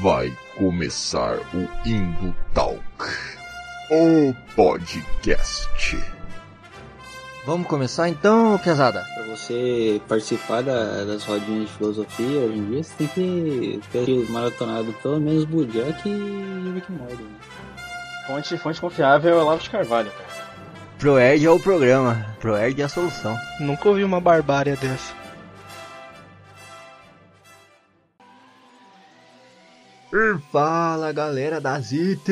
Vai começar o Indo Talk, o podcast. Vamos começar então, pesada? Pra você participar das rodinhas de filosofia hoje em dia, você tem que ter maratonado pelo menos Bojack e Rick and Morty, né? Fonte confiável é o Olavo de Carvalho, cara. ProErd é o programa, ProErd é a solução. Nunca ouvi uma barbárie dessa. E fala, galera das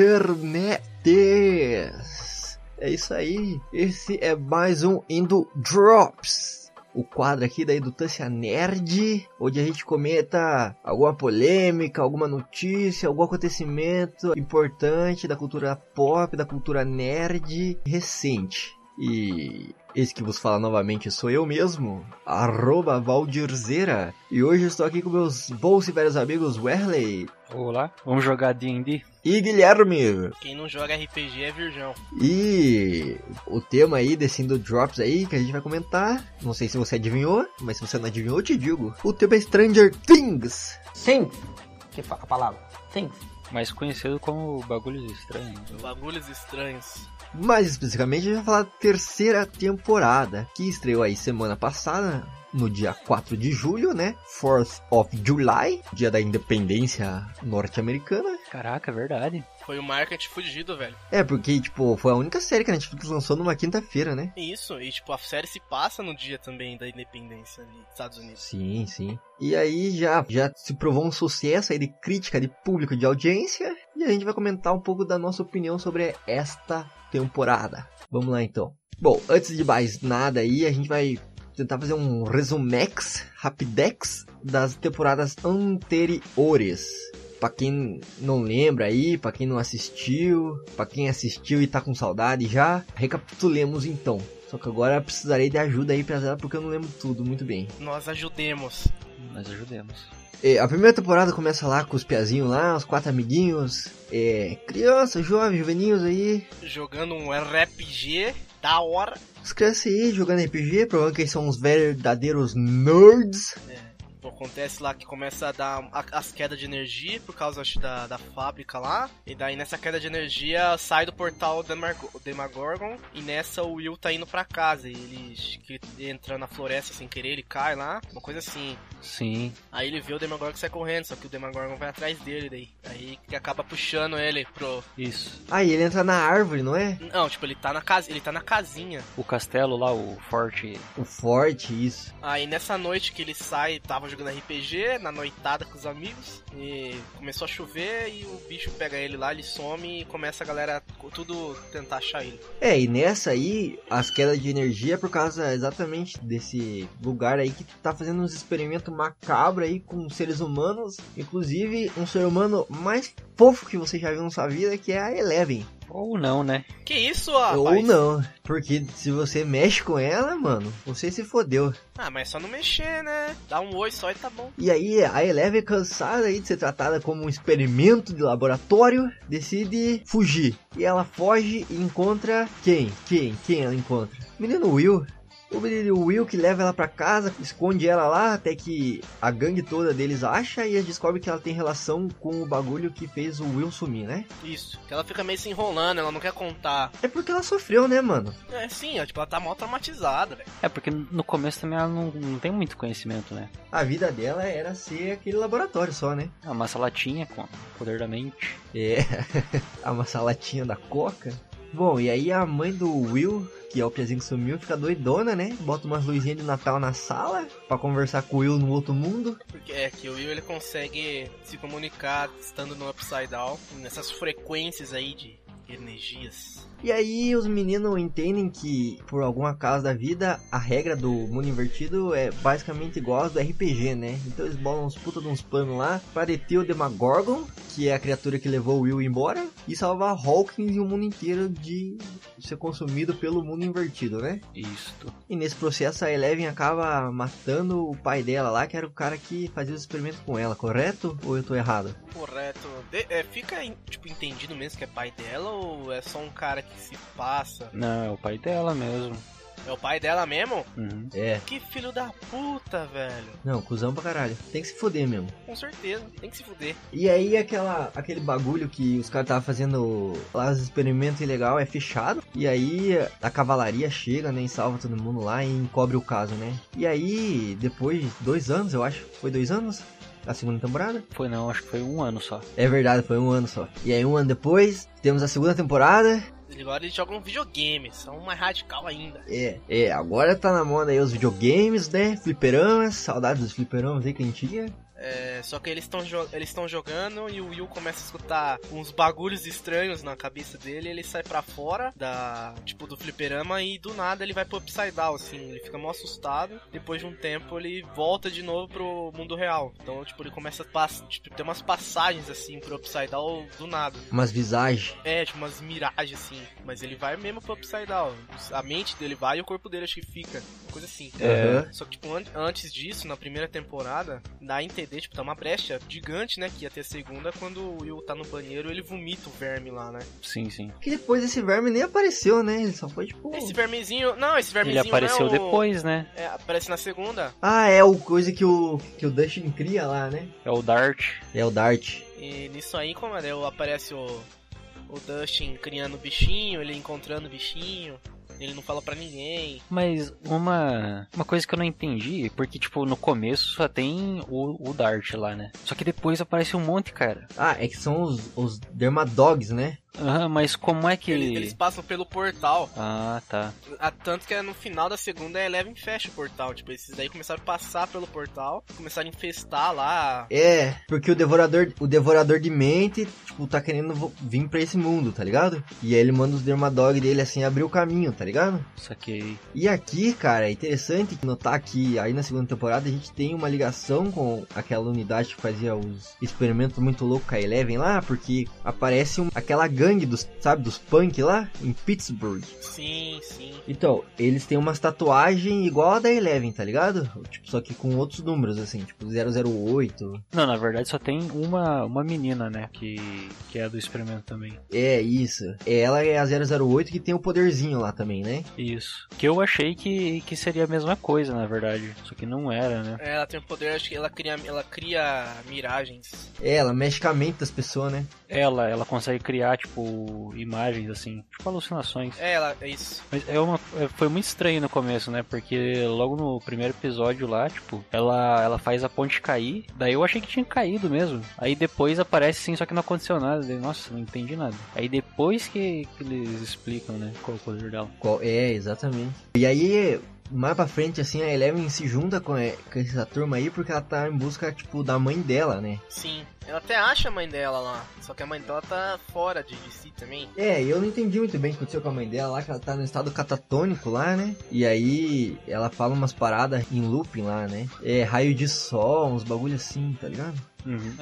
internets! É isso aí, esse é mais um Indo Drops, o quadro aqui da Edutância Nerd, onde a gente comenta alguma polêmica, alguma notícia, algum acontecimento importante da cultura pop, da cultura nerd recente. E esse que vos fala novamente sou eu mesmo, @Valdirzeira, e hoje estou aqui com meus bons e velhos amigos Werley. Olá, vamos jogar D&D? E Guilherme. Quem não joga RPG é virgão. E o tema aí desse Indo Drops aí que a gente vai comentar, não sei se você adivinhou, mas se você não adivinhou eu te digo. O tema é Stranger Things. Things, que a palavra, Things. Mais conhecido como Bagulhos Estranhos. Bagulhos Estranhos. Mais especificamente a gente vai falar da terceira temporada, que estreou aí semana passada, no dia 4 de julho, né? 4th of July, dia da independência norte-americana. Caraca, é verdade. Foi o marketing fudido, velho. É, porque, tipo, foi a única série que a Netflix lançou numa quinta-feira, né? Isso, e tipo, a série se passa no dia também da independência ali dos Estados Unidos. Sim, sim. E aí já se provou um sucesso aí de crítica, de público, de audiência. E a gente vai comentar um pouco da nossa opinião sobre esta temporada. Vamos lá, então. Bom, antes de mais nada aí, a gente vai tentar fazer um resumex, rapidex, das temporadas anteriores. Pra quem não lembra aí, pra quem não assistiu, pra quem assistiu e tá com saudade já, recapitulemos então. Só que agora precisarei de ajuda aí, pesada, porque eu não lembro tudo muito bem. Nós ajudemos. A primeira temporada começa lá com os piazinhos lá, os 4 amiguinhos, crianças, jovens, juveninhos aí. Jogando um RPG da hora. Os crianças aí jogando RPG, provavelmente que eles são uns verdadeiros nerds. Acontece lá que começa a dar as quedas de energia por causa da fábrica lá. E daí nessa queda de energia sai do portal o Demogorgon. E nessa o Will tá indo pra casa. E ele entra na floresta sem querer, ele cai lá. Uma coisa assim. Sim. Aí ele vê o Demogorgon sai correndo, só que o Demogorgon vai atrás dele daí. Aí que acaba puxando ele pro... Isso. Aí ele entra na árvore, não é? Não, tipo, ele tá na casinha. O castelo lá, o forte. O forte, isso. Aí nessa noite que ele sai, tava jogando RPG, na noitada com os amigos, e começou a chover e o bicho pega ele lá, ele some e começa a galera tudo tentar achar ele. E nessa aí, as quedas de energia é por causa exatamente desse lugar aí que tá fazendo uns experimentos macabros aí com seres humanos, inclusive um ser humano mais fofo que você já viu na sua vida, que é a Eleven. Ou não, né? Que isso, rapaz? Ou não, porque se você mexe com ela, mano, você se fodeu. Ah, mas é só não mexer, né? Dá um oi só e tá bom. E aí, a Eleven, cansada aí de ser tratada como um experimento de laboratório, decide fugir. E ela foge e encontra quem? Quem ela encontra? O menino Will. O menino Will que leva ela pra casa, esconde ela lá até que a gangue toda deles acha e descobre que ela tem relação com o bagulho que fez o Will sumir, né? Isso, que ela fica meio se enrolando, ela não quer contar. É porque ela sofreu, né, mano? É, sim, tipo, ela tá mal traumatizada, velho. É porque no começo também ela não tem muito conhecimento, né? A vida dela era ser aquele laboratório só, né? É uma salatinha com o poder da mente. É, uma salatinha da Coca. Bom, e aí a mãe do Will, que é o piazinho que sumiu, fica doidona, né? Bota umas luzinhas de Natal na sala pra conversar com o Will no outro mundo. Porque é que o Will ele consegue se comunicar estando no Upside Down, nessas frequências aí de energias. E aí os meninos entendem que, por algum acaso da vida, a regra do mundo invertido é basicamente igual às do RPG, né? Então eles bolam uns puta de uns planos lá pra deter o Demogorgon, que é a criatura que levou o Will embora, e salvar Hawkins e o mundo inteiro de ser consumido pelo mundo invertido, né? Isto. E nesse processo a Eleven acaba matando o pai dela lá, que era o cara que fazia os experimentos com ela, correto? Ou eu tô errado? Correto. Fica, tipo, entendido mesmo que é pai dela ou é só um cara que se passa? Não, é o pai dela mesmo. É o pai dela mesmo? Uhum. É. Que filho da puta, velho. Não, cuzão pra caralho. Tem que se foder mesmo. Com certeza, tem que se fuder. E aí aquele bagulho que os caras estavam fazendo lá, os experimentos ilegal é fechado. E aí a cavalaria chega, né, e salva todo mundo lá e encobre o caso, né. E aí, depois de 2 anos, eu acho, foi 2 anos? A segunda temporada? Foi não, acho que foi 1 ano só. É verdade, foi 1 ano só. E aí 1 ano depois, temos a segunda temporada. Agora eles jogam videogame, são mais radical ainda. Agora tá na moda aí os videogames, né, fliperamas, saudades dos fliperamas aí que a gente tinha. Só que eles estão jogando e o Will começa a escutar uns bagulhos estranhos na cabeça dele. Ele sai pra fora do fliperama e do nada ele vai pro Upside Down, assim. Ele fica mó assustado. Depois de um tempo ele volta de novo pro mundo real. Então, ele começa a ter umas passagens, assim, pro Upside Down do nada. Umas visagens. Umas miragens, assim. Mas ele vai mesmo pro Upside Down. A mente dele vai e o corpo dele acho que fica. Uma coisa assim. Só que, antes disso, na primeira temporada, dá a entender, tá uma brecha gigante, né, que ia ter segunda, quando o Will tá no banheiro, ele vomita o verme lá, né? Sim, sim. Que depois esse verme nem apareceu, né, ele só foi Esse vermezinho... Não, esse vermezinho ele apareceu não é depois, né? Aparece na segunda. Ah, é o coisa que o Dustin cria lá, né? É o Dart. É o Dart. E nisso aí, como aparece o Dustin criando o bichinho, ele encontrando o bichinho... Ele não fala pra ninguém. Mas uma coisa que eu não entendi, porque, no começo só tem o Dart lá, né? Só que depois aparece um monte, cara. Ah, é que são os Dermadogs, né? Mas como é que... Eles passam pelo portal. Ah, tá. Tanto que no final da segunda a Eleven fecha o portal. Esses daí começaram a passar pelo portal, começaram a infestar lá. É, porque o devorador de mente, tá querendo vir pra esse mundo, tá ligado? E aí ele manda os Dermadog dele, assim, abrir o caminho, tá ligado? Saquei. E aqui, cara, é interessante notar que aí na segunda temporada a gente tem uma ligação com aquela unidade que fazia os experimentos muito loucos com a Eleven lá, porque aparece aquela gangue dos punk lá, em Pittsburgh. Sim, sim. Então, eles têm umas tatuagens igual a da Eleven, tá ligado? Só que com outros números, assim, 008. Não, na verdade só tem uma menina, né, que é do experimento também. É, isso. Ela é a 008 que tem o poderzinho lá também, né? Isso. Que eu achei que seria a mesma coisa, na verdade. Só que não era, né? Ela tem o poder, acho que ela cria miragens. Ela mexe com a mente das pessoas, né? Ela consegue criar, imagens, assim, alucinações. É isso. Mas foi muito estranho no começo, né? Porque logo no primeiro episódio lá, ela faz a ponte cair. Daí eu achei que tinha caído mesmo. Aí depois aparece sim, só que não aconteceu nada. Daí, nossa, não entendi nada. Aí depois que eles explicam, né, qual é o poder dela. Exatamente. E aí, mais pra frente, assim, a Eleven se junta com essa turma aí porque ela tá em busca, da mãe dela, né? Sim. Ela até acha a mãe dela lá, só que a mãe dela tá fora de si também. Eu não entendi muito bem o que aconteceu com a mãe dela lá, que ela tá no estado catatônico lá, né? E aí ela fala umas paradas em looping lá, né? Raio de sol, uns bagulho assim, tá ligado? Uhum.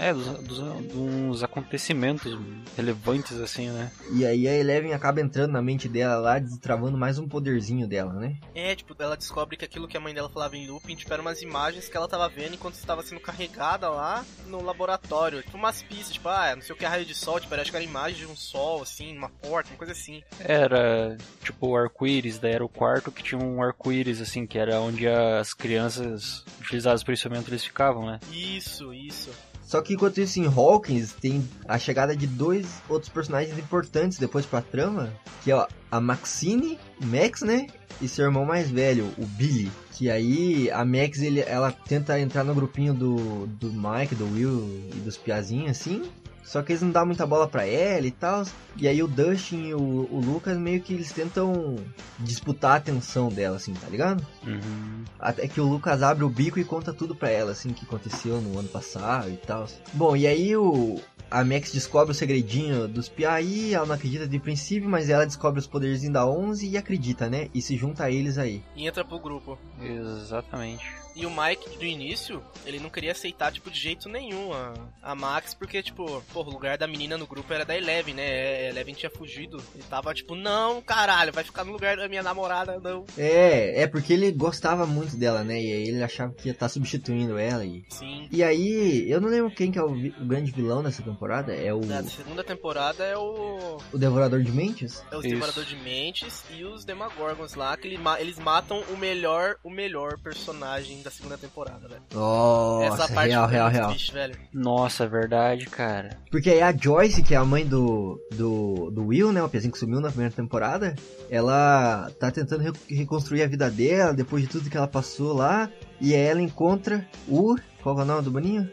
Dos acontecimentos relevantes, assim, né? E aí a Eleven acaba entrando na mente dela lá, destravando mais um poderzinho dela, né? Ela descobre que aquilo que a mãe dela falava em looping, eram umas imagens que ela tava vendo enquanto estava sendo carregada lá no laboratório. Umas pistas, não sei o que é raio de sol, parece que era imagem de um sol, assim, uma porta, uma coisa assim. Era, o arco-íris, daí era o quarto que tinha um arco-íris, assim, que era onde as crianças utilizadas para o experimento eles ficavam, né? Isso. Só que enquanto isso em Hawkins tem a chegada de 2 outros personagens importantes depois pra trama, que é a Maxine, Max, né? E seu irmão mais velho, o Billy. Que aí a Max, ela tenta entrar no grupinho do Mike, do Will e dos piazinhos, assim. Só que eles não dão muita bola pra ela e tal. E aí o Dustin e o Lucas meio que eles tentam disputar a atenção dela, assim, tá ligado? Uhum. Até que o Lucas abre o bico e conta tudo pra ela, assim, que aconteceu no ano passado e tal. Bom, e aí a Max descobre o segredinho dos Piaí, ela não acredita de princípio, mas ela descobre os poderzinhos da 11 e acredita, né? E se junta a eles aí. E entra pro grupo. Exatamente. E o Mike, do início, ele não queria aceitar, tipo, de jeito nenhum a Max, porque, tipo, pô, o lugar da menina no grupo era da Eleven, né? A Eleven tinha fugido. Ele tava, tipo, não, caralho, vai ficar no lugar da minha namorada, não. É porque ele gostava muito dela, né? E aí ele achava que ia estar substituindo ela. Sim. E aí, eu não lembro quem que é o grande vilão dessa temporada. É o... Na segunda temporada é o Devorador de Mentes? É os Devorador de Mentes e os Demogorgons lá, que eles matam o melhor personagem da segunda temporada, velho. Nossa, essa parte real. Triste, velho. Nossa, é verdade, cara. Porque aí a Joyce, que é a mãe do Will, né? O pezinho que sumiu na primeira temporada, ela tá tentando reconstruir a vida dela, depois de tudo que ela passou lá. E aí ela encontra o... Qual é o nome do boninho?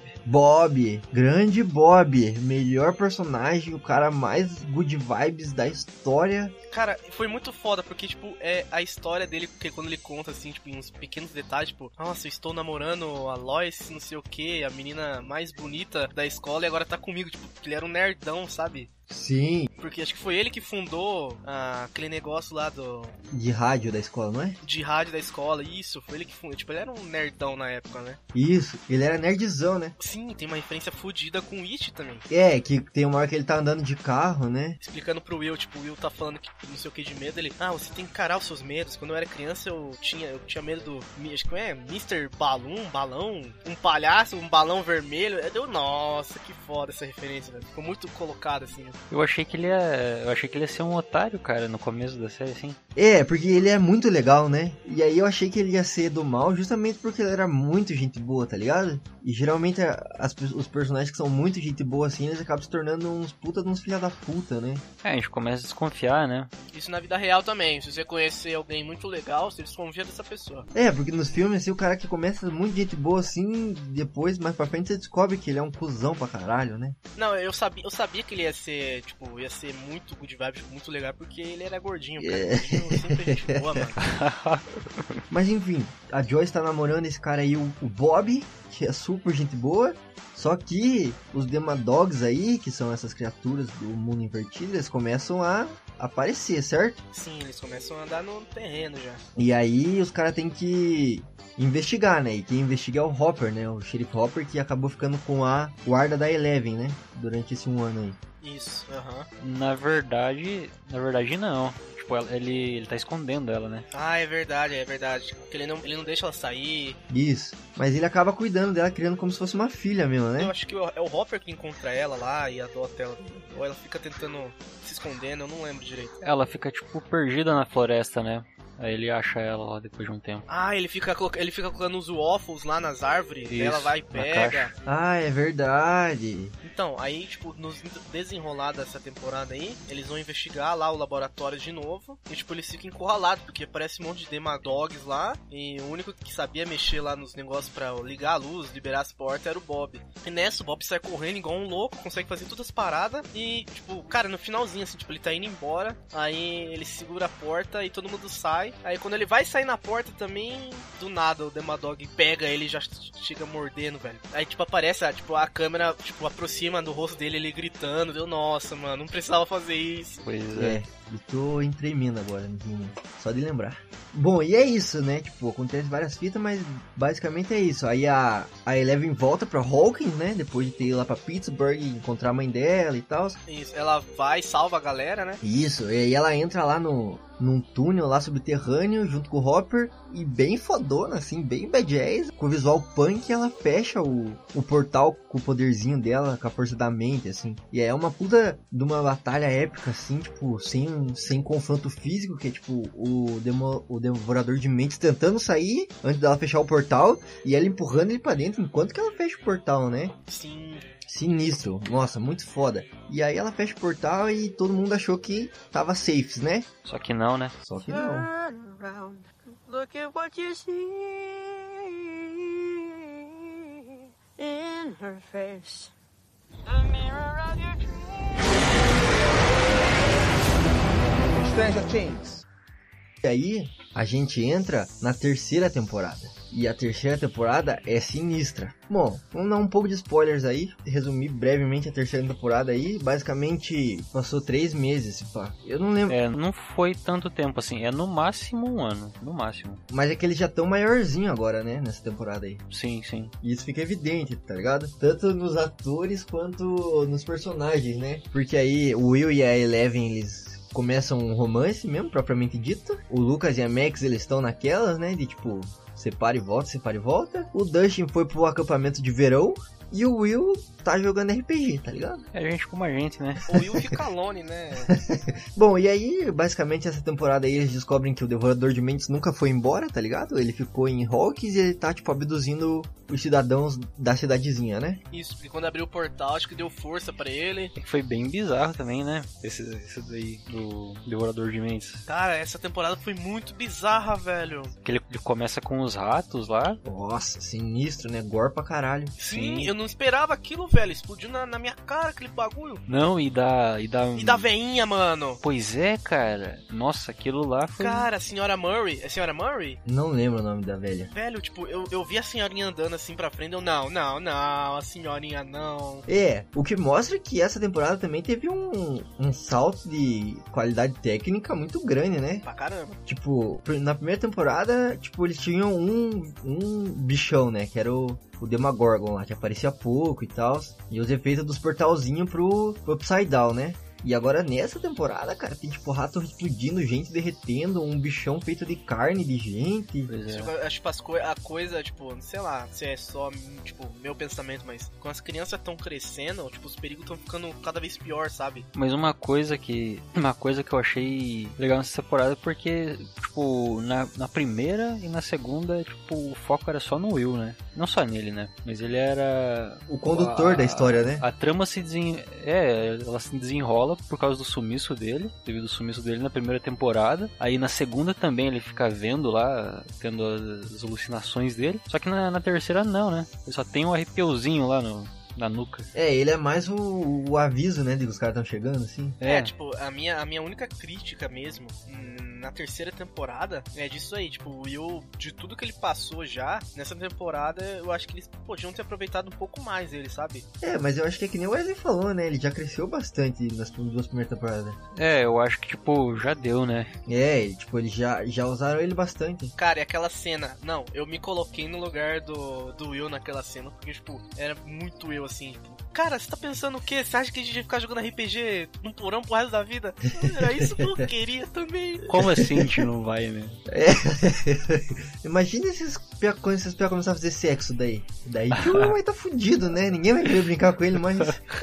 Bob, grande Bob, melhor personagem, o cara mais good vibes da história. Cara, foi muito foda, porque, tipo, é a história dele, porque quando ele conta, assim, tipo, em uns pequenos detalhes, tipo, nossa, eu estou namorando a Lois, não sei o que, a menina mais bonita da escola e agora tá comigo, tipo, ele era um nerdão, sabe? Sim. Porque acho que foi ele que fundou aquele negócio lá de rádio da escola, não é? De rádio da escola, isso, foi ele que fundou, tipo, ele era um nerdão na época, né? Isso, ele era nerdzão, né? Sim, tem uma referência fodida com o It também. É, que tem uma hora que ele tá andando de carro, né? Explicando pro Will, tipo, o Will tá falando que não sei o que de medo, ele... você tem que encarar os seus medos. Quando eu era criança, eu tinha medo do... Acho que é Mr. Balão, um palhaço, um balão vermelho. Nossa, que foda essa referência, velho. Ficou muito colocado, assim. Eu achei que ele ia ser um otário, cara, no começo da série, assim. É, porque ele é muito legal, né? E aí eu achei que ele ia ser do mal justamente porque ele era muito gente boa, tá ligado? E geralmente os personagens que são muito gente boa assim, eles acabam se tornando uns puta de uns filha da puta, né? A gente começa a desconfiar, né? Isso na vida real também. Se você conhecer alguém muito legal, você desconfia dessa pessoa. É, porque nos filmes, assim, o cara que começa muito gente boa assim, depois, mais pra frente, você descobre que ele é um cuzão pra caralho, né? Não, eu sabia que ele ia ser, tipo, muito good vibes, muito legal, porque ele era gordinho, cara. Gordinho sempre é gente boa, mano. Mas enfim, a Joyce tá namorando esse cara aí, o Bob, que é super gente boa. Só que os Demodogs aí, que são essas criaturas do mundo invertido, eles começam a aparecer, certo? Sim, eles começam a andar no terreno já. E aí os caras têm que investigar, né? E quem investiga é o Hopper, né? O xerife Hopper, que acabou ficando com a guarda da Eleven, né? Durante esse 1 ano aí. Isso, Na verdade não. Tipo, ele tá escondendo ela, né? É verdade. Porque ele não deixa ela sair. Isso. Mas ele acaba cuidando dela, criando como se fosse uma filha mesmo, né? Eu acho que é o Hopper que encontra ela lá e adota ela. Ou ela fica tentando se escondendo, eu não lembro direito. Ela fica, tipo, perdida na floresta, né? Aí ele acha ela lá depois de um tempo. Ele fica colocando os waffles lá nas árvores, daí ela vai e pega. É verdade. Então, aí, tipo, nos desenrolar dessa temporada aí, eles vão investigar lá o laboratório de novo. E, tipo, eles ficam encurralados, porque aparece um monte de Demodogs lá. E o único que sabia mexer lá nos negócios pra ligar a luz, liberar as portas, era o Bob. E nessa, o Bob sai correndo igual um louco, consegue fazer todas as paradas. E, tipo, cara, no finalzinho, assim, tipo, ele tá indo embora. Aí ele segura a porta e todo mundo sai. Aí quando ele vai sair na porta também, do nada o Demodog pega ele e já chega mordendo, velho. Aí tipo aparece, tipo, a câmera tipo aproxima do rosto dele, ele gritando. Nossa, mano, não precisava fazer isso. Pois é. Eu tô tremendo agora, só de lembrar. Bom, e é isso, né? Tipo, acontece várias fitas, mas basicamente é isso. Aí a Eleven volta pra Hawkins, né? Depois de ter ido lá pra Pittsburgh e encontrar a mãe dela e tal. Isso, ela vai e salva a galera, né? Isso, e aí ela entra lá num túnel lá subterrâneo junto com o Hopper e bem fodona, assim, bem badass, com o visual punk, ela fecha o portal com o poderzinho dela, com a força da mente, assim. E é uma puta de uma batalha épica, assim, tipo, sem confronto físico, que é tipo o Devorador de Mentes tentando sair antes dela fechar o portal e ela empurrando ele pra dentro enquanto que ela fecha o portal, né? Sim. Sinistro, nossa, muito foda. E aí ela fecha o portal e todo mundo achou que tava safe, né? Só que não, né? Só que não. Look at what you see in her face. The mirror of your dreams. Stranger Things. E aí, a gente entra na terceira temporada. E a terceira temporada é sinistra. Bom, vamos dar um pouco de spoilers aí. Resumir brevemente a terceira temporada aí. Basicamente, passou 3 meses, pá. Eu não lembro. Não foi tanto tempo assim. É no máximo 1 ano. No máximo. Mas é que eles já estão maiorzinho agora, né? Nessa temporada aí. Sim. E isso fica evidente, tá ligado? Tanto nos atores quanto nos personagens, né? Porque aí o Will e a Eleven, eles começam um romance mesmo, propriamente dito. O Lucas e a Max, eles estão naquelas, né? De tipo, separa e volta. O Dustin foi pro acampamento de verão. E o Will tá jogando RPG, tá ligado? É gente como a gente, né? O Will fica alone, né? Bom, e aí, basicamente, essa temporada aí eles descobrem que o Devorador de Mentes nunca foi embora, tá ligado? Ele ficou em Hawkins e ele tá, tipo, abduzindo os cidadãos da cidadezinha, né? Isso, porque quando abriu o portal, acho que deu força pra ele. Foi bem bizarro também, né? Esse daí do Devorador de Mentes. Cara, essa temporada foi muito bizarra, velho. Que ele começa com os ratos lá. Nossa, sinistro, né? Gore pra caralho. Sim, eu não esperava aquilo, velho. Explodiu na minha cara aquele bagulho. Não, e da veinha, mano. Pois é, cara. Nossa, aquilo lá foi... Cara, a senhora Murray. É a senhora Murray? Não lembro o nome da velha. Velho, tipo, eu vi a senhorinha andando assim pra frente. Eu, não, a senhorinha não. É, o que mostra que essa temporada também teve um salto de qualidade técnica muito grande, né? Pra caramba. Tipo, na primeira temporada, tipo, eles tinham um bichão, né? Que era o Demogorgon lá, que aparecia pouco e tal. E os efeitos dos portalzinhos pro Upside Down, né? E agora nessa temporada, cara, tem tipo rato explodindo, gente derretendo, um bichão feito de carne de gente. Acho que a coisa, tipo, sei lá, se é só, tipo, meu pensamento, mas quando as crianças estão crescendo, tipo, os perigos estão ficando cada vez pior, sabe? Mas uma coisa que eu achei legal nessa temporada é porque, tipo, na primeira e na segunda, tipo, o foco era só no Will, né? Não só nele, né? Mas ele era... o condutor da história, né? A trama ela se desenrola por causa do sumiço dele, devido ao sumiço dele na primeira temporada. Aí na segunda também ele fica vendo lá, tendo as alucinações dele. Só que na terceira não, né? Ele só tem um arrepiozinho lá na nuca. É, ele é mais o aviso, né, de que os caras estão chegando, assim. Tipo, a minha única crítica mesmo na terceira temporada é disso aí, tipo, o Will, de tudo que ele passou já, nessa temporada, eu acho que eles podiam ter aproveitado um pouco mais dele, sabe? É, mas eu acho que é que nem o Wesley falou, né, ele já cresceu bastante nas 2 primeiras temporadas. É, eu acho que, tipo, já deu, né? É, tipo, eles já usaram ele bastante. Cara, e aquela cena, não, eu me coloquei no lugar do Will naquela cena, porque, tipo, era muito Will, assim, tipo, cara, você tá pensando o quê? Você acha que a gente ia ficar jogando RPG num porão pro resto da vida? Era isso que eu queria também. Como assim a gente não vai, né? Imagina quando esses piá começarem a fazer sexo daí. Daí que o vai tá fudido, né? Ninguém vai querer brincar com ele mais.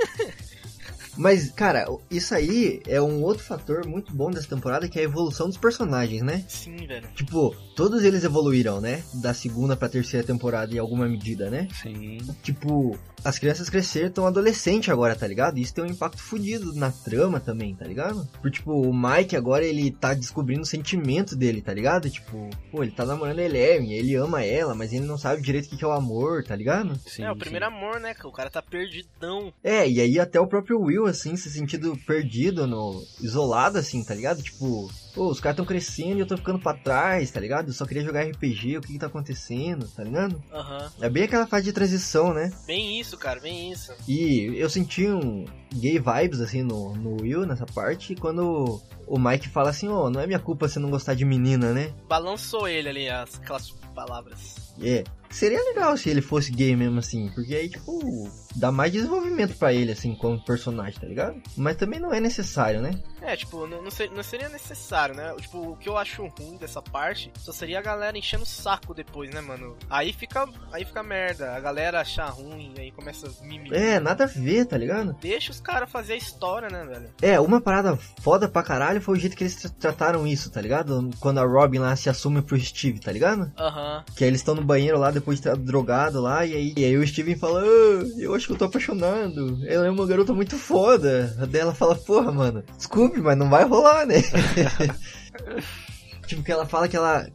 Mas, cara, isso aí é um outro fator muito bom dessa temporada, que é a evolução dos personagens, né? Sim, velho. Tipo, todos eles evoluíram, né? Da segunda pra terceira temporada em alguma medida, né? Sim. Tipo, as crianças cresceram, estão adolescentes agora, tá ligado? Isso tem um impacto fodido na trama também, tá ligado? Porque, tipo, o Mike agora, ele tá descobrindo o sentimento dele, tá ligado? Tipo, pô, ele tá namorando a Eleven, ele ama ela, mas ele não sabe direito o que é o amor, tá ligado? Sim, o primeiro amor, né? O cara tá perdidão. É, e aí até o próprio Will, assim, se sentindo perdido, isolado, assim, tá ligado? Tipo, pô, os caras tão crescendo e eu tô ficando pra trás, tá ligado? Eu só queria jogar RPG, o que tá acontecendo, tá ligado? É bem aquela fase de transição, né? Bem isso, cara, bem isso. E eu senti um gay vibes, assim, no Will, nessa parte, quando o Mike fala assim, não é minha culpa você não gostar de menina, né? Balançou ele ali, aquelas palavras. Seria legal se ele fosse gay mesmo, assim, porque aí, tipo, dá mais desenvolvimento pra ele, assim, como personagem, tá ligado? Mas também não é necessário, né? Tipo, não seria necessário, né? Tipo, o que eu acho ruim dessa parte só seria a galera enchendo o saco depois, né, mano? Aí fica merda, a galera achar ruim, aí começa a mimir. Nada a ver, tá ligado? Deixa os caras fazer a história, né, velho? Uma parada foda pra caralho foi o jeito que eles trataram isso, tá ligado? Quando a Robin lá se assume pro Steve, tá ligado? Que aí eles estão no banheiro lá, depois de estar drogado lá, e aí o Steven fala, eu acho que eu tô apaixonado, ela é uma garota muito foda. Daí ela fala, porra, mano, desculpe, mas não vai rolar, né? Tipo, que ela fala que ela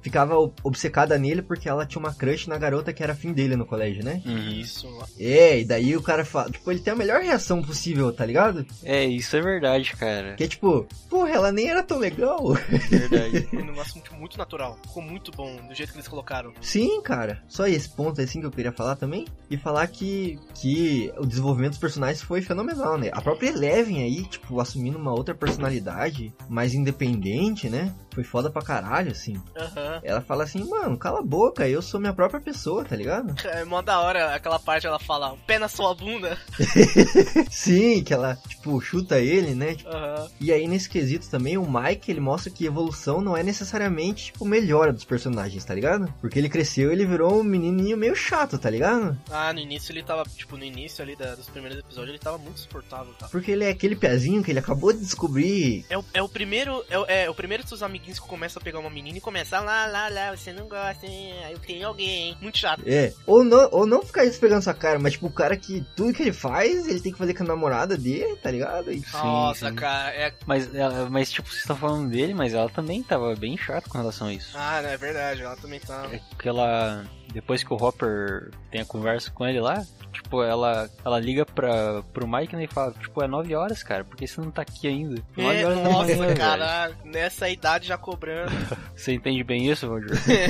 ficava obcecada nele porque ela tinha uma crush na garota que era afim dele no colégio, né? Isso. E daí o cara fala, tipo, ele tem a melhor reação possível, tá ligado? Isso é verdade, cara. Que é tipo, porra, ela nem era tão legal. Verdade. Um negócio muito natural. Ficou muito bom do jeito que eles colocaram. Sim, cara. Só esse ponto assim que eu queria falar também. E falar que o desenvolvimento dos personagens foi fenomenal, né? A própria Eleven aí, tipo, assumindo uma outra personalidade mais independente, né? Foi foda pra caralho, assim. Ela fala assim, mano, cala a boca, eu sou minha própria pessoa, tá ligado? É mó da hora aquela parte, ela fala, pé na sua bunda. Sim, que ela, tipo, chuta ele, né? E aí, nesse quesito também, o Mike, ele mostra que evolução não é necessariamente, tipo, melhora dos personagens, tá ligado? Porque ele cresceu e ele virou um menininho meio chato, tá ligado? No início ele tava, tipo, no início ali dos primeiros episódios, ele tava muito suportável, tá? Porque ele é aquele piazinho que ele acabou de descobrir. É o primeiro dos seus amiguinhos que começa a pegar uma menina e começa lá, você não gosta, hein? Eu tenho alguém, hein? Muito chato. Ou não ficar esfregando sua cara, mas tipo, o cara que tudo que ele faz, ele tem que fazer com a namorada dele, tá ligado? Nossa, sim. Cara, Mas tipo, vocês estão falando dele, mas ela também tava bem chata com relação a isso. Não, é verdade, ela também tava. É que ela, depois que o Hopper tem a conversa com ele lá, tipo, ela liga pro Mike, né, e fala, tipo, é 9 horas, cara, por que você não tá aqui ainda? 9 horas nossa, da manhã, cara, nessa idade já cobrando. Você entende bem isso, Roger?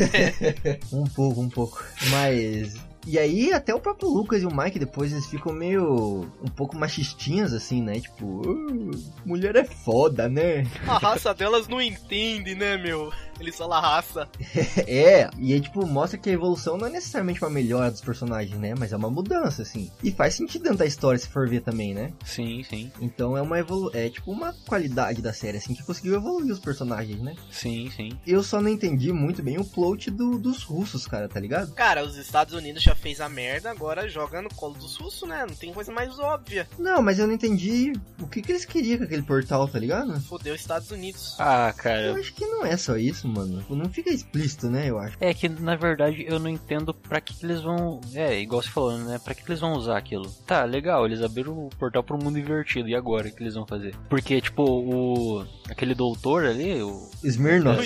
Um pouco. Mas... E aí, até o próprio Lucas e o Mike depois, eles ficam meio... um pouco machistinhas, assim, né? Tipo, mulher é foda, né? A raça delas não entende, né, meu? Eles falam raça. E aí, tipo, mostra que a evolução não é necessariamente uma melhora dos personagens, né? Mas é uma mudança, assim. E faz sentido dentro da história, se for ver também, né? Sim. Então é tipo uma qualidade da série, assim, que conseguiu evoluir os personagens, né? Sim. Eu só não entendi muito bem o plot dos russos, cara, tá ligado? Cara, os Estados Unidos já fez a merda, agora joga no colo dos russos, né? Não tem coisa mais óbvia. Não, mas eu não entendi o que eles queriam com aquele portal, tá ligado? Fodeu os Estados Unidos. Cara. Eu acho que não é só isso, mano. Não fica explícito, né, eu acho. É que, na verdade, eu não entendo pra que eles vão... igual você falou, né? Pra que eles vão usar aquilo? Tá, legal, eles abriram o portal pro mundo invertido. E agora, o que eles vão fazer? Porque, tipo, aquele doutor ali, o Smirnoff.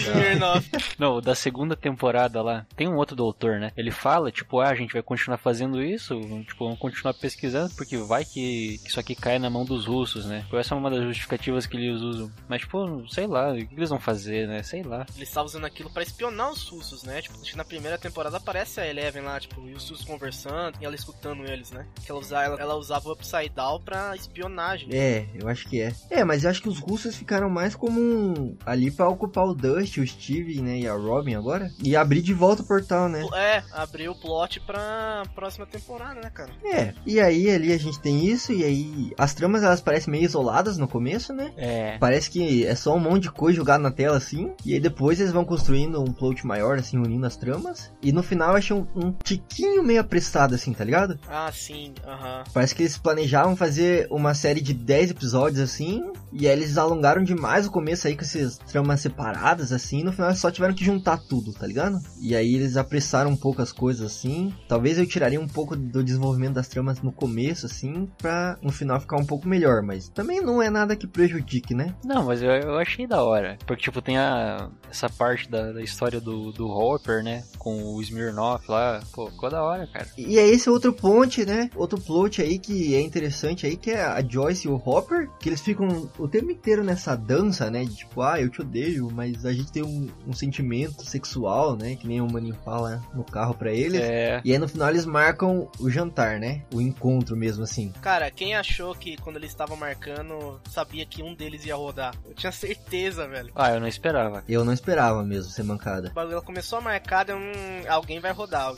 Não, da segunda temporada lá, tem um outro doutor, né? Ele fala, tipo, a gente vai continuar fazendo isso, tipo, vamos continuar pesquisando, porque vai que isso aqui cai na mão dos russos, né? Essa é uma das justificativas que eles usam. Mas, tipo, sei lá, o que eles vão fazer, né? Sei lá. Eles estavam usando aquilo pra espionar os russos, né? Tipo, acho que na primeira temporada aparece a Eleven lá, tipo, e os russos conversando, e ela escutando eles, né? Que ela usava o Upside Down pra espionagem. Eu acho que é. Mas eu acho que os russos ficaram mais como ali pra ocupar o Dust, o Steve, né, e a Robin agora, e abrir de volta o portal, né? Abrir o plot pra próxima temporada, né, cara? E aí ali a gente tem isso, e aí as tramas elas parecem meio isoladas no começo, né? Parece que é só um monte de coisa jogada na tela assim, e aí depois eles vão construindo um plot maior, assim, unindo as tramas, e no final eu achei um tiquinho meio apressado, assim, tá ligado? Sim, Parece que eles planejavam fazer uma série de 10 episódios, assim, e aí eles alongaram demais o começo aí com essas tramas separadas, assim, e no final eles só tiveram que juntar tudo, tá ligado? E aí eles apressaram um pouco as coisas, assim. Talvez eu tiraria um pouco do desenvolvimento das tramas no começo, assim, pra no final ficar um pouco melhor, mas também não é nada que prejudique, né? Não, mas eu achei da hora, porque, tipo, tem essa parte da história do Hopper, né, com o Smirnoff lá, pô, ficou da hora, cara. E é esse outro ponte, né, outro plot aí que é interessante aí, que é a Joyce e o Hopper, que eles ficam o tempo inteiro nessa dança, né, de tipo, eu te odeio, mas a gente tem um sentimento sexual, né, que nem o maninho fala no carro pra eles. E aí no final eles marcam o jantar, né, o encontro mesmo, assim. Cara, quem achou que quando eles estavam marcando, sabia que um deles ia rodar? Eu tinha certeza, velho. Eu não esperava. Eu não esperava mesmo ser mancada. O bagulho começou a marcar, alguém vai rodar.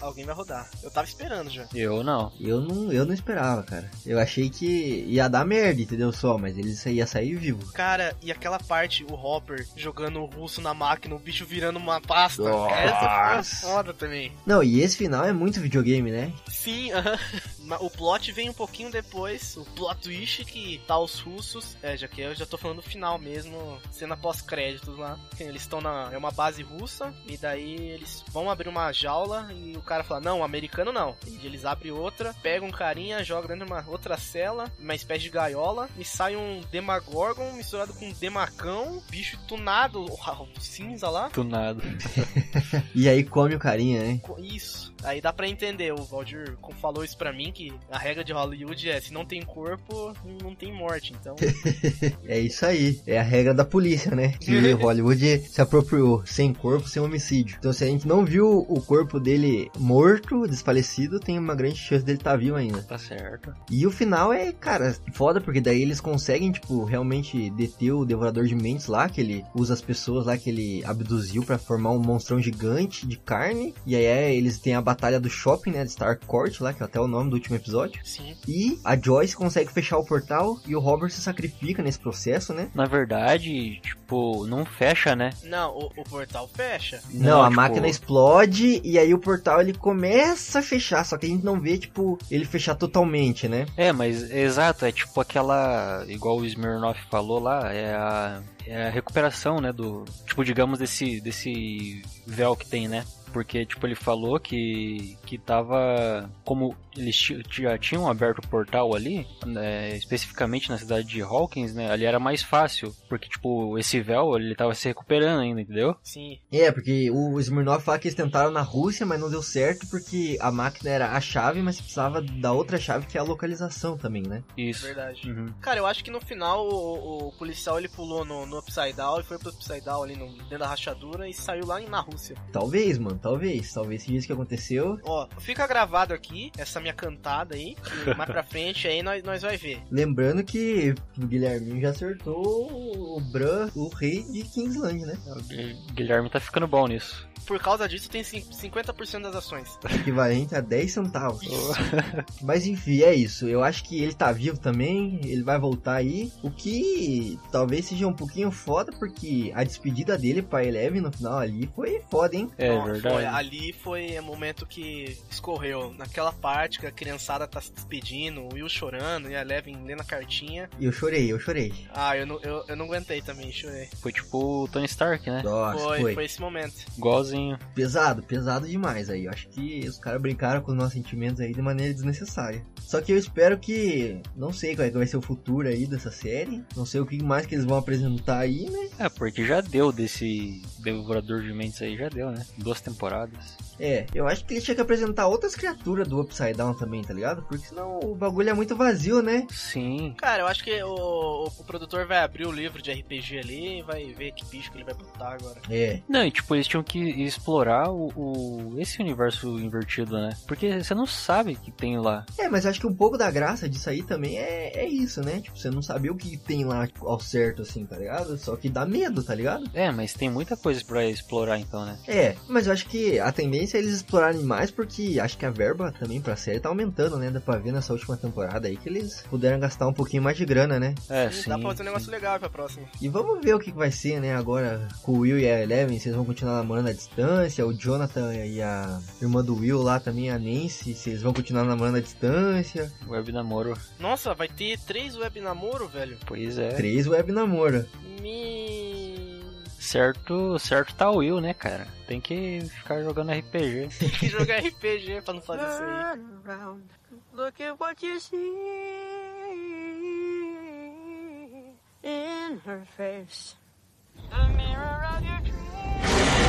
Eu tava esperando já. Eu não. Eu não esperava, cara. Eu achei que ia dar merda, entendeu? Mas eles iam sair vivo. Cara, e aquela parte, o Hopper jogando o russo na máquina, o bicho virando uma pasta. Nossa. Essa foi foda também. Não, e esse final é muito videogame, né? Sim, o plot vem um pouquinho depois, o plot twist que tá os russos, já que eu já tô falando do final mesmo, cena pós-créditos lá. Eles estão é uma base russa, e daí eles vão abrir uma jaula, e o cara fala, não, americano não. E eles abrem outra, pegam um carinha, joga dentro de uma outra cela, uma espécie de gaiola, e sai um Demagorgon Demogorgon misturado com Demacão, bicho tunado, cinza lá. Tunado. E aí come o carinha, né? Isso. Aí dá pra entender, o Valdir falou isso pra mim, que a regra de Hollywood é, se não tem corpo, não tem morte, então... É isso aí. É a regra da polícia, né? Que Hollywood se apropriou. Sem corpo, sem homicídio. Então se a gente não viu o corpo dele morto, desfalecido, tem uma grande chance dele estar vivo ainda. Tá certo. E o final é, cara, foda, porque daí eles conseguem, tipo, realmente deter o Devorador de Mentes lá, que ele usa as pessoas lá que ele abduziu pra formar um monstrão gigante de carne. E aí eles têm a batalha do shopping, né, de Starcourt lá, que é até o nome do último episódio. Sim. E a Joyce consegue fechar o portal e o Robert se sacrifica nesse processo, né? Na verdade, tipo, não fecha, né? Não, o portal fecha. Não, a tipo, máquina explode e aí o portal ele começa a fechar, só que a gente não vê, tipo, ele fechar totalmente, né? É, mas exato, é tipo aquela, igual o Smirnoff falou lá, é a recuperação, né, do, tipo, digamos, desse véu que tem, né? Porque, tipo, ele falou que tava, como eles já tinham aberto o portal ali, né, especificamente na cidade de Hawkins, né, ali era mais fácil, porque, tipo, esse véu, ele tava se recuperando ainda, entendeu? Sim. É, porque o Smirnoff fala que eles tentaram na Rússia, mas não deu certo, porque a máquina era a chave, mas precisava da outra chave, que é a localização também, né? Isso. Verdade. Uhum. Cara, eu acho que no final o policial, ele pulou no Upside Down, e foi pro Upside Down ali dentro da rachadura e saiu lá na Rússia. Talvez, mano, talvez seja isso que aconteceu. Ó, fica gravado aqui, essa minha cantada aí, que mais pra frente aí nós vai ver. Lembrando que o Guilherminho já acertou o Bran, o rei de Kingsland, né? O Guilherme tá ficando bom nisso. Por causa disso, tem 50% das ações. Equivalente a 10 centavos. Mas enfim, é isso. Eu acho que ele tá vivo também, ele vai voltar aí. O que talvez seja um pouquinho foda, porque a despedida dele pra Eleven no final ali foi foda, hein? É Não, verdade. Ali foi o momento que escorreu. Naquela parte que a criançada tá se despedindo, o Will chorando e a Eleven lendo a cartinha. E eu chorei. Ah, eu não aguentei também, chorei. Foi tipo o Tony Stark, né? Nossa, Foi esse momento. Igualzinho. Pesado demais aí. Eu acho que os caras brincaram com os nossos sentimentos aí de maneira desnecessária. Só que eu espero que... Não sei qual é que vai ser o futuro aí dessa série. Não sei o que mais que eles vão apresentar aí, né? É, porque já deu desse Devorador de Mentes aí, já deu, né? 2 temporadas. É, eu acho que ele tinha que apresentar outras criaturas do Upside Down também, tá ligado? Porque senão o bagulho é muito vazio, né? Sim. Cara, eu acho que o produtor vai abrir o livro de RPG ali e vai ver que bicho que ele vai botar agora. É. Não, e tipo, eles tinham que explorar esse universo invertido, né? Porque você não sabe o que tem lá. É, mas acho que um pouco da graça disso aí também é isso, né? Tipo, você não saber o que tem lá ao certo, assim, tá ligado? Só que dá medo, tá ligado? É, mas tem muita coisa pra explorar então, né? É, mas eu acho que a tendência é eles explorarem mais, porque acho que a verba também pra série tá aumentando, né? Dá pra ver nessa última temporada aí que eles puderam gastar um pouquinho mais de grana, né? É, sim. Dá pra fazer um negócio legal aí pra próxima. E vamos ver o que vai ser, né? Agora com o Will e a Eleven, vocês vão continuar namorando à distância. O Jonathan e a irmã do Will lá também, a Nancy, vocês vão continuar namorando à distância. Web namoro. Nossa, vai ter 3 web namoro, velho? Pois é. 3 web namoro. Certo tá o Will, né, cara? Tem que ficar jogando RPG. Tem que jogar RPG pra não fazer isso aí. Turn around, look at what you see in her face. The mirror of your dreams.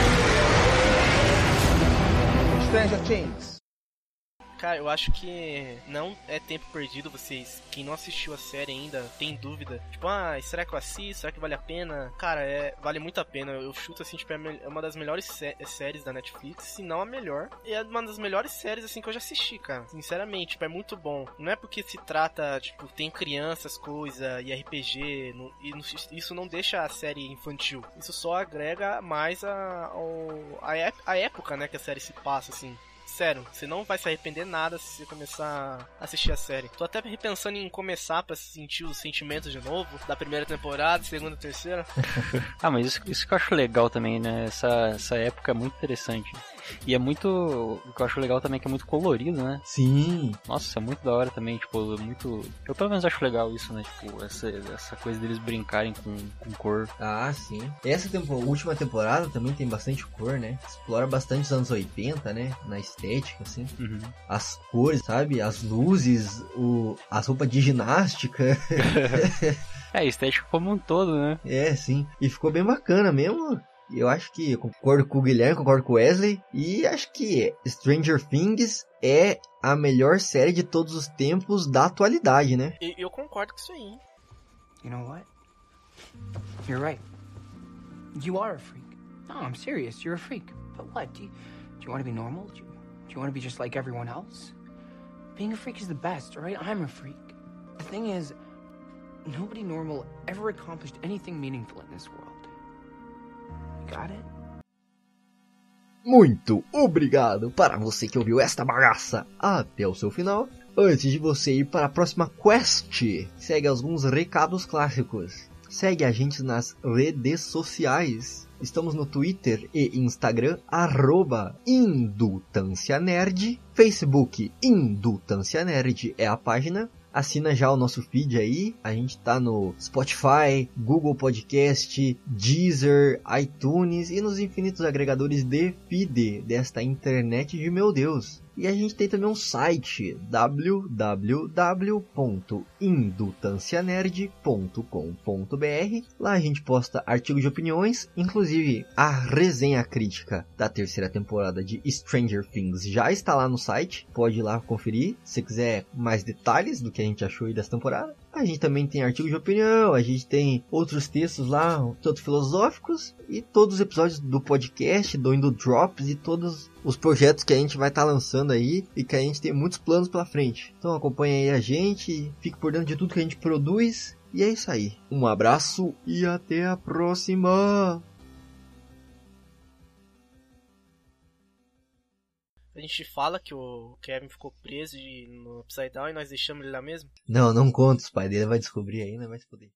Stranger Things. Cara, eu acho que não é tempo perdido vocês. Quem não assistiu a série ainda tem dúvida. Tipo, será que eu assisto? Será que vale a pena? Cara, vale muito a pena. Eu chuto assim, tipo, é uma das melhores séries da Netflix, se não a melhor. E é uma das melhores séries, assim, que eu já assisti, cara. Sinceramente, tipo, é muito bom. Não é porque se trata, tipo, tem crianças, coisa, e RPG, isso não deixa a série infantil. Isso só agrega mais a época, né, que a série se passa, assim. Sério, você não vai se arrepender nada se você começar a assistir a série. Tô até repensando em começar pra sentir os sentimentos de novo, da primeira temporada, segunda, terceira. Mas isso que eu acho legal também, né? Essa época é muito interessante. E é muito... O que eu acho legal também é que é muito colorido, né? Sim. Nossa, isso é muito da hora também, tipo, muito... Eu pelo menos acho legal isso, né? Tipo, essa coisa deles brincarem com cor. Ah, sim. Essa última temporada também tem bastante cor, né? Explora bastante os anos 80, né? Na estética, assim. Uhum. As cores, sabe? As luzes, as roupas de ginástica. É, estética como um todo, né? É, sim. E ficou bem bacana mesmo. Eu acho que eu concordo com o Guilherme, concordo com o Wesley. E acho que Stranger Things é a melhor série de todos os tempos da atualidade, né? E eu concordo com isso aí, hein? You know what? You're right. You are a freak. No, I'm serious. You're a freak. But what? Do you want to be normal? Do you want to be just like everyone else? Being a freak is the best, all right? I'm a freak. The thing is, nobody normal ever accomplished anything meaningful in this world. You got it? Muito obrigado para você que ouviu esta bagaça até o seu final. Antes de você ir para a próxima quest, segue alguns recados clássicos. Segue a gente nas redes sociais. Estamos no Twitter e Instagram, @IndutânciaNerd. Facebook, IndutânciaNerd é a página. Assina já o nosso feed aí. A gente tá no Spotify, Google Podcast, Deezer, iTunes e nos infinitos agregadores de feed desta internet de meu Deus. E a gente tem também um site, www.indutancianerd.com.br. Lá a gente posta artigos de opiniões, inclusive a resenha crítica da terceira temporada de Stranger Things já está lá no site. Pode ir lá conferir, se quiser mais detalhes do que a gente achou aí dessa temporada. A gente também tem artigos de opinião, a gente tem outros textos lá, tanto filosóficos, e todos os episódios do podcast, do Indo Drops e todos os projetos que a gente vai estar lançando aí e que a gente tem muitos planos pela frente. Então acompanha aí a gente, fique por dentro de tudo que a gente produz, e é isso aí. Um abraço e até a próxima! A gente fala que o Kevin ficou preso no Upside Down e nós deixamos ele lá mesmo. Não conta, os pais dele vai descobrir aí, né? Vai se poder.